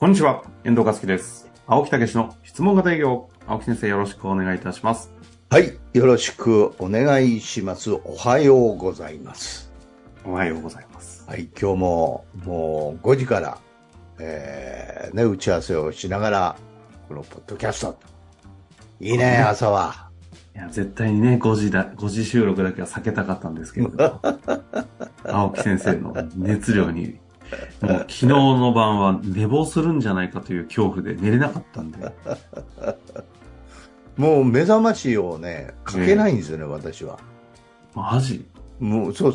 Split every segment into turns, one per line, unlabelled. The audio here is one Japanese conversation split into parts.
こんにちは、遠藤和樹です。青木武の質問型営業。青木先生、よろしくお願いいたします。
はい、よろしくお願いします。おはようございます。
おはようございます。
はい、今日ももう5時から、打ち合わせをしながら、このポッドキャスト。いいね、朝は。
いや、絶対にね、5時収録だけは避けたかったんですけど、青木先生の熱量に、もう昨日の晩は寝坊するんじゃないかという恐怖で寝れなかったんで。
もう目覚ましをね、かけないんですよね、私は。
マジ？
もう、そう。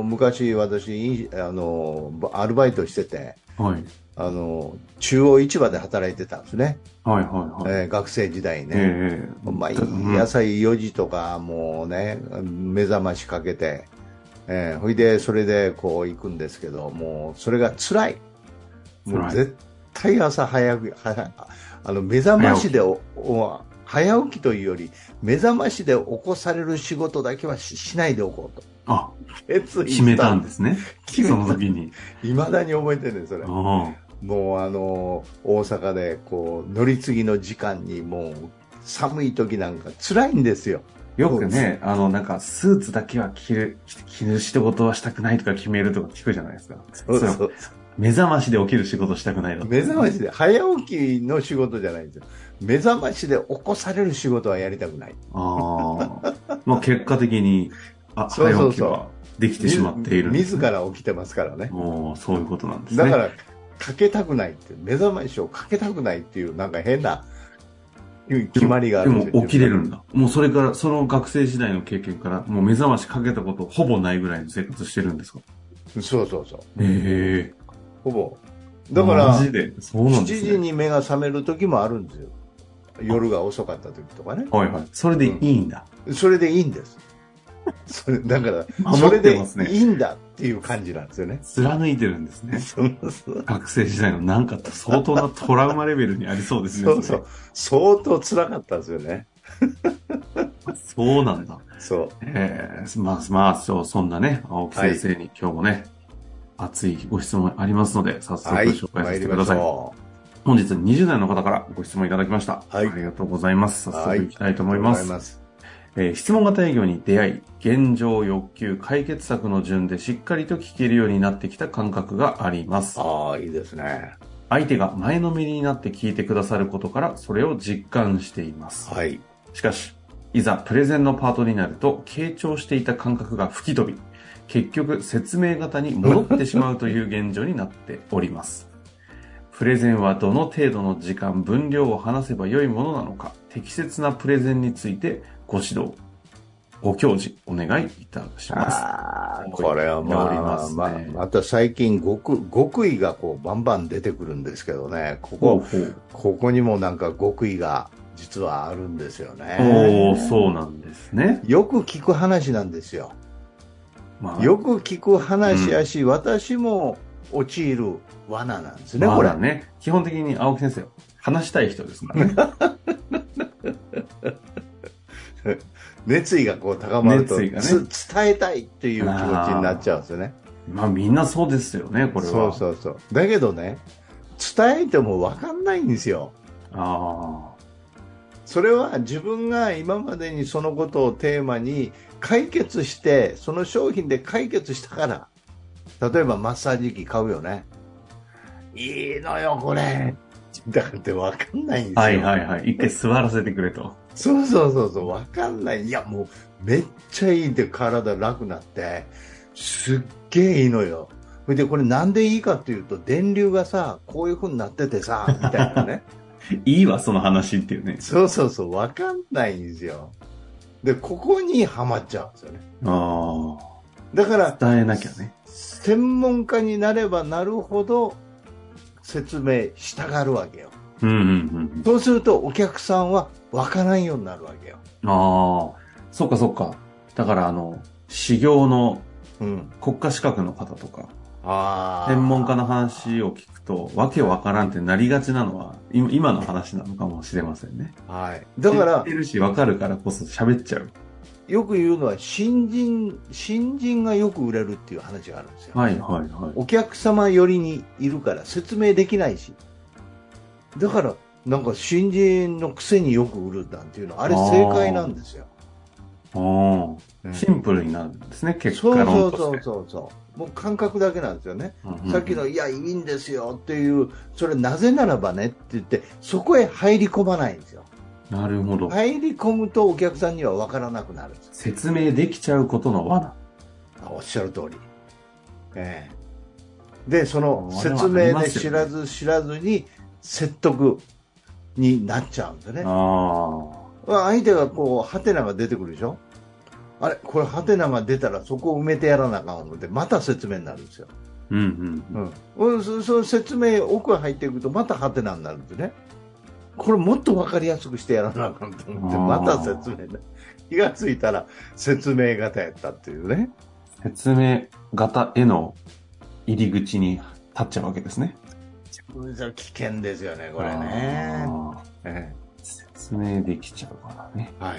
昔私、アルバイトしてて、
はい。
中央市場で働いてたんですね。
はいはいはい。
学生時代ね。毎朝4時とか、もうね、目覚ましかけて、ほいで、それでこう行くんですけど、もうそれが辛い。もう絶対朝早く、目覚ましで早起きというより、目覚ましで起こされる仕事だけはしないでおこうと。
あ、決めたんですね。その時に。
未だに覚えてるね、それ。もう大阪でこう乗り継ぎの時間にもう寒い時なんか辛いんですよ。
よくね、なんかスーツだけは着る仕事はしたくないとか決めるとか聞くじゃないですか。そう。目覚ましで起きる仕事したくないの。
目覚ましで、早起きの仕事じゃないんですよ。目覚ましで起こされる仕事はやりたくない。
まあ結果的に、早起きはできてしまっているんです、ね。
自ら起きてますからね。
そういうことなんですね。
だから、かけたくないって、目覚ましをかけたくないっていう、なんか変な決まりがあるんですよ。
でも起きれるんだ。もうそれから、その学生時代の経験から、もう目覚ましかけたことほぼないぐらいの生活してるんですか？
そう。ほぼ。
だから、マジでそうなんですね。
7時に目が覚める時もあるんですよ。夜が遅かった時とかね。
はいはい。それでいいんだ。
それでいいんです。だから、それでいいんだっていう感じなんですよね。
貫いてるんですね。学生時代のなんか相当なトラウマレベルにありそうですね。
そう。相当辛かったんですよね。
そうなんだ。
そう。
まあ、そんなね、青木先生に今日もね、熱いご質問ありますので、早速紹介させてください。本日20代の方からご質問いただきました。ありがとうございます。早速いきたいと思います。質問型営業に出会い、現状、欲求、解決策の順でしっかりと聞けるようになってきた感覚があります。
いいですね。
相手が前のめりになって聞いてくださることから、それを実感しています。しかし、いざプレゼンのパートになると、傾聴していた感覚が吹き飛び、結局説明型に戻ってしまうという現状になっております。プレゼンはどの程度の時間、分量を話せば良いものなのか、適切なプレゼンについてご指導、ご教示お願いいたします。
これはまた最近極意がこうバンバン出てくるんですけどね、ここにもなんか極意が実はあるんですよね。
そうなんですね。
よく聞く話なんですよ。よく聞く話やし、私も陥る罠なんですね、これ。
ね。基本的に青木先生、話したい人ですからね。
熱意がこう高まると、伝えたいっていう気持ちになっちゃうんですよね。
みんなそうですよね、これは。
そう。だけどね、伝えても分かんないんですよ。それは自分が今までにそのことをテーマに解決して、その商品で解決したから。例えばマッサージ機買うよね。いいのよ、これ。だって分かんないんですよ。
一回座らせてくれと。
そう、分かんない。いや、もう、めっちゃいいで体楽になって、すっげえいいのよ。それで、これなんでいいかっていうと、電流がさ、こういう風になっててさ、みたいなね。
いいわ、その話っていうね。
そう、分かんないんですよ。で、ここにはまっちゃうんですよね。だから、
伝えなきゃね。
専門家になればなるほど、説明したがるわけよ。そうするとお客さんは分からんようになるわけよ。
そっか。だから修行の国家資格の方とか、専門家の話を聞くとわけわからんってなりがちなのは今の話なのかもしれませんね。
だから
知ってるし分かるからこそ喋っちゃう。
よく言うのは新人がよく売れるっていう話があるんですよ。
はいはいはい。
お客様寄りにいるから説明できないし。だからなんか新人のくせによく売るなんていうのはあれ正解なんですよ。
シンプルになるんですね、結果論として。
そうもう感覚だけなんですよね。さっきのいやいいんですよっていう、それなぜならばねって言ってそこへ入り込まないんですよ。
なるほど。
入り込むとお客さんには分からなくなるんです。
説明できちゃうことの罠。
おっしゃる通り。でその説明で知らずに説得になっちゃうんですね。相手がこうハテナが出てくるでしょ。あれこれハテナが出たらそこを埋めてやらなあかんのでまた説明になるんですよ。その説明奥が入っていくとまたハテナになるんですね。これもっと分かりやすくしてやらなあかんと思ってまた説明で気がついたら説明型やったっていうね。
説明型への入り口に立っちゃうわけですね。
危険ですよねこれね。
説明できちゃうからね。
はい。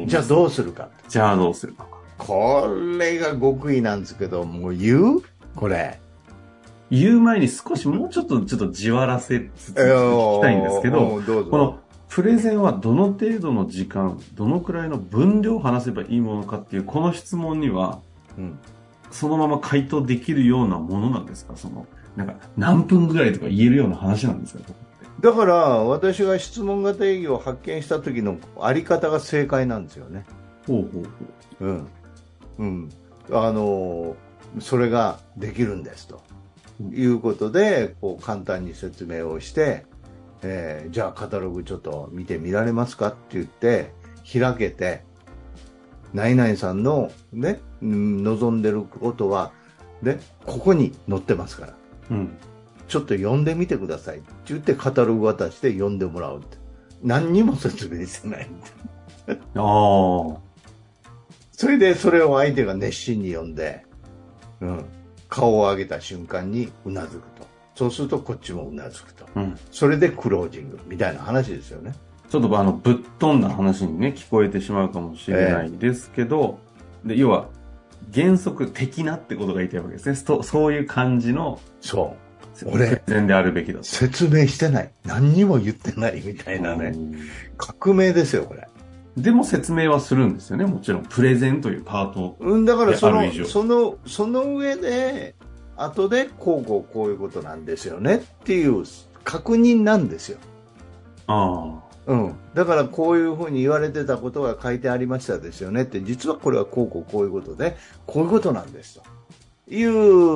じゃあどうするか。これが極意なんですけど、もう言うこれ。
言う前に少しもうちょっとじわらせつつ聞きたいんですけど、このプレゼンはどの程度の時間、どのくらいの分量を話せばいいものかっていうこの質問には、そのまま回答できるようなものなんですか？なんか何分ぐらいとか言えるような話なんですか？
だから私が質問型営業を発見した時のあり方が正解なんですよね。それができるんですということでこう簡単に説明をして、じゃあカタログちょっと見てみられますかって言って開けて、何々さんのね望んでることはでここに載ってますから、ちょっと読んでみてくださいって言ってカタログ渡して読んでもらうって。何にも説明してないそれでそれを相手が熱心に読んで、顔を上げた瞬間にうなずくと。そうするとこっちもうなずくと、それでクロージングみたいな話ですよね。
ちょっとぶっ飛んだ話にね聞こえてしまうかもしれないですけど、で要は原則的なってことが言いたいわけですね。そういう感じの
俺
全であるべきだと。
説明してない、何にも言ってないみたいなね、革命ですよこれ。
でも説明はするんですよね、もちろんプレゼンというパート
だからその上で後でこういうことなんですよねっていう確認なんですよ。だからこういうふうに言われてたことが書いてありましたですよねって、実はこれはこういうことでこういうことなんですという、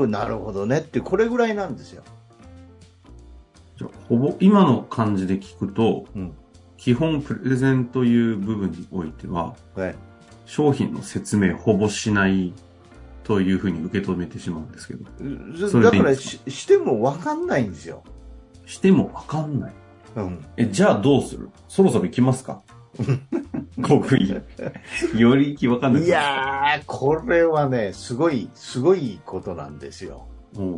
なるほどねってこれぐらいなんですよ。
じゃほぼ今の感じで聞くと、基本プレゼンという部分においては、商品の説明ほぼしないというふうに受け止めてしまうんですけど、
だからしても分かんないんですよ。
しても分かんない。じゃあどうする？そろそろ行きますか？極意。より分かんない。
いやー、これはね、すごいことなんですよ。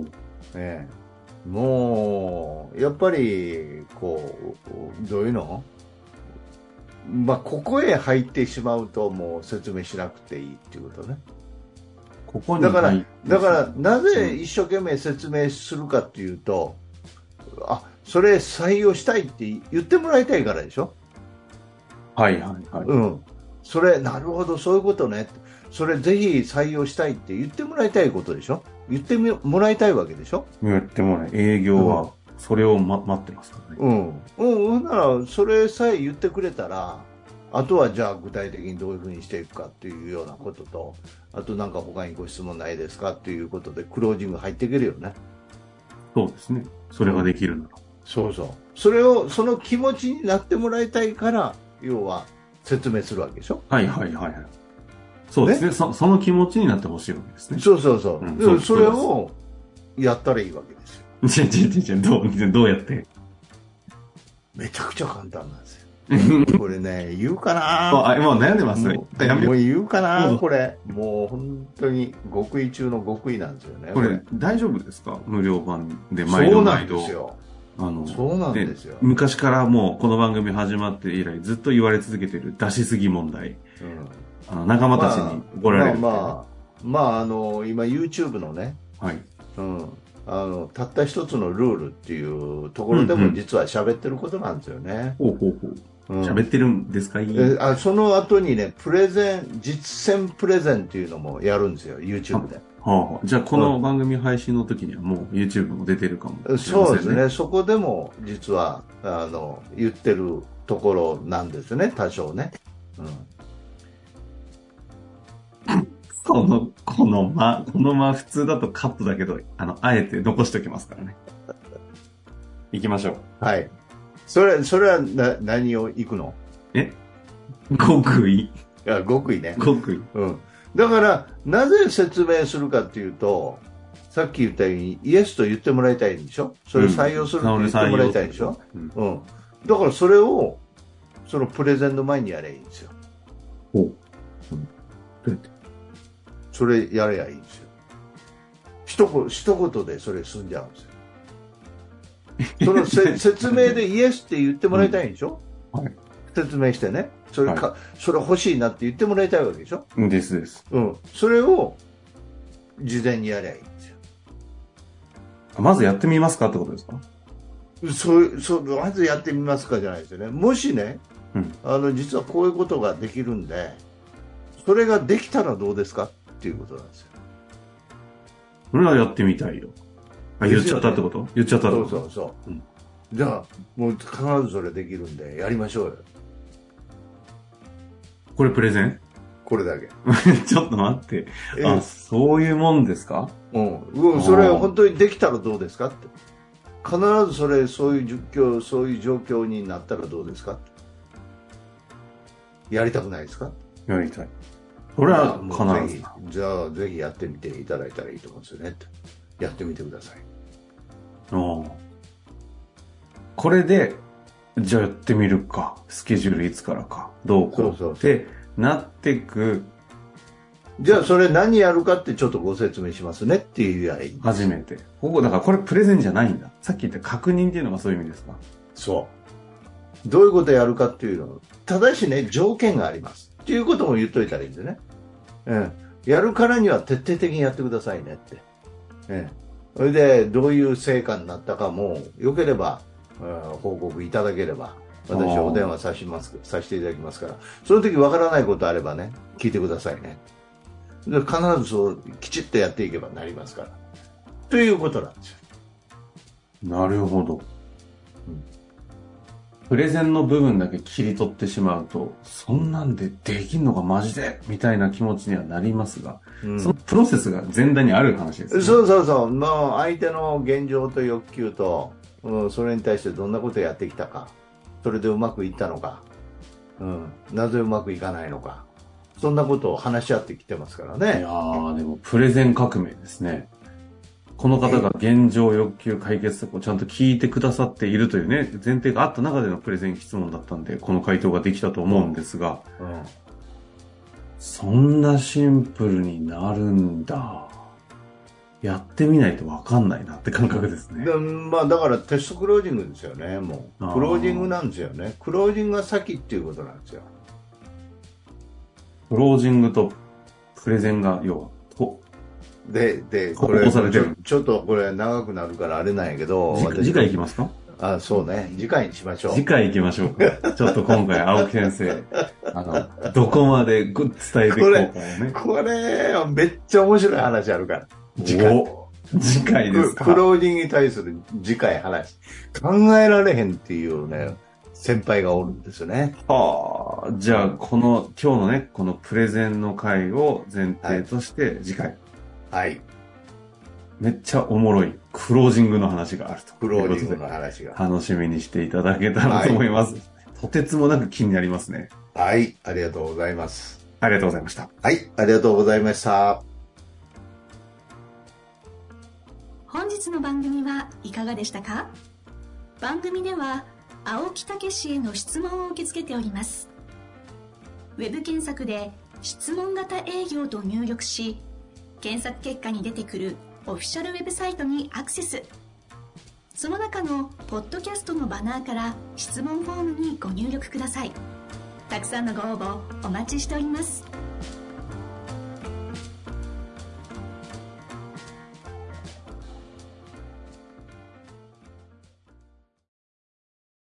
もう、やっぱり、どういうの？ここへ入ってしまうと、もう説明しなくていいっていうことね。
ここにだ
からなぜ一生懸命説明するかっていうと、それ採用したいって言ってもらいたいからでしょ。それなるほどそういうことね、それぜひ採用したいって言ってもらいたいことでしょ。言ってもらいたいわけでしょ。
言ってもらい、営業はそれを、待ってますからね。
ならそれさえ言ってくれたら、あとはじゃあ具体的にどういうふうにしていくかっていうようなことと、あとなんか他にご質問ないですかっていうことでクロージング入っていけるよね。
そうですね。それができるなら。
それをその気持ちになってもらいたいから、要は説明するわけでしょ。
そうですね。その気持ちになってほしいわけですね。
それをやったらいいわけですよ。
どうやって？
めちゃくちゃ簡単なんですよ。これね、言うかな？
もう悩んでますね。も
う言うかな？これもう本当に極意中の極意なんですよね。
これ大丈夫ですか？無料版で毎度。
そうなんですよ。そうなんですよ。
昔からもうこの番組始まって以来ずっと言われ続けている出しすぎ問題。 仲間たちにごられるみたいな。
今 YouTube のね、
はい。
たった一つのルールっていうところでも実は喋ってることなんですよね。
ほうほうほう。喋ってるんですか？
その後にね、実践プレゼンっていうのもやるんですよ、YouTube で。
じゃあこの番組配信の時にはもう YouTube も出てるかもしれませんね。
そうですね。そこでも実は言ってるところなんですね、多少ね。
この間普通だとカットだけど、あえて残しておきますからね。行きましょう。
はい。それは何を行くの？
極意。
極意ね。
極意。
だから、なぜ説明するかっていうと、さっき言ったように、イエスと言ってもらいたいんでしょ？それを採用するって言ってもらいたいでしょ？だからそれを、そのプレゼンの前にやればいいんですよ。それやればいいんですよ。一言でそれ済んじゃうんですよ。その説明でイエスって言ってもらいたいんでしょ？はい。説明してね。それ欲しいなって言ってもらいたいわけでしょ？
です。
それを事前にやりゃいいんですよ。
まずやってみますかってことですか？
まずやってみますかじゃないですよね。もしね、実はこういうことができるんで、それができたらどうですかっていうことなんですよ。
それはやってみたいよ。言っちゃったってこと？言っちゃったってこと？
そう。じゃあ、もう必ずそれできるんで、やりましょうよ。
これプレゼン？
これだけ。
ちょっと待って。そういうもんですか？
それ本当にできたらどうですかって。必ずそういう状況になったらどうですかって。やりたくないですか？
やりたい。それは必ず。
じゃあ、ぜひやってみていただいたらいいと思うんですよね。やってみてください。
これで、じゃあやってみるか。スケジュールいつからか。どうこうってなってく。
じゃあそれ何やるかってちょっとご説明しますねっていうやり。
初めて。だからこれプレゼンじゃないんだ。さっき言った確認っていうのがそういう意味ですか？
そう。どういうことやるかっていうの。ただしね、条件があります。っていうことも言っといたらいいんですね。やるからには徹底的にやってくださいねって。それでどういう成果になったかもよければ報告いただければ私はお電話させていただきますから、その時わからないことあればね、聞いてくださいね。で必ずそうきちっとやっていけばなりますからということなんですよ。
なるほど。プレゼンの部分だけ切り取ってしまうと、そんなんでできんのがマジでみたいな気持ちにはなりますが、そのプロセスが前段にある話ですね。
そう。相手の現状と欲求と、それに対してどんなことをやってきたか、それでうまくいったのか、なぜうまくいかないのか、そんなことを話し合ってきてますからね。
いやー、でもプレゼン革命ですね。この方が現状欲求解決策をちゃんと聞いてくださっているというね、前提があった中でのプレゼン質問だったんで、この回答ができたと思うんですが、そんなシンプルになるんだ。やってみないと分かんないなって感覚ですね。
だからテストクロージングですよね。もうクロージングなんですよね。クロージングが先っていうことなんですよ。
クロージングとプレゼンが要は
でこれちょっとこれ長くなるからあれなんやけど、
次回行きますか？
そうね、次回にしましょう。
次回行きましょうか。ちょっと今回青木先生どこまで伝えていこうかね。
これめっちゃ面白い話あるから。
次回ですか？
クロージングに対する次回話考えられへんっていうね先輩がおるんですよね。
じゃあ今日のねこのプレゼンの回を前提として次回。
はい。
めっちゃおもろいクロージングの話があると。
クロージングの話が。
楽しみにしていただけたらと思います。とてつもなく気になりますね。
はい。ありがとうございます。
ありがとうございました。
はい。ありがとうございました。
本日の番組はいかがでしたか？番組では青木武氏への質問を受け付けております。ウェブ検索で質問型営業と入力し、検索結果に出てくるオフィシャルウェブサイトにアクセス。その中のポッドキャストのバナーから質問フォームにご入力ください。たくさんのご応募お待ちしております。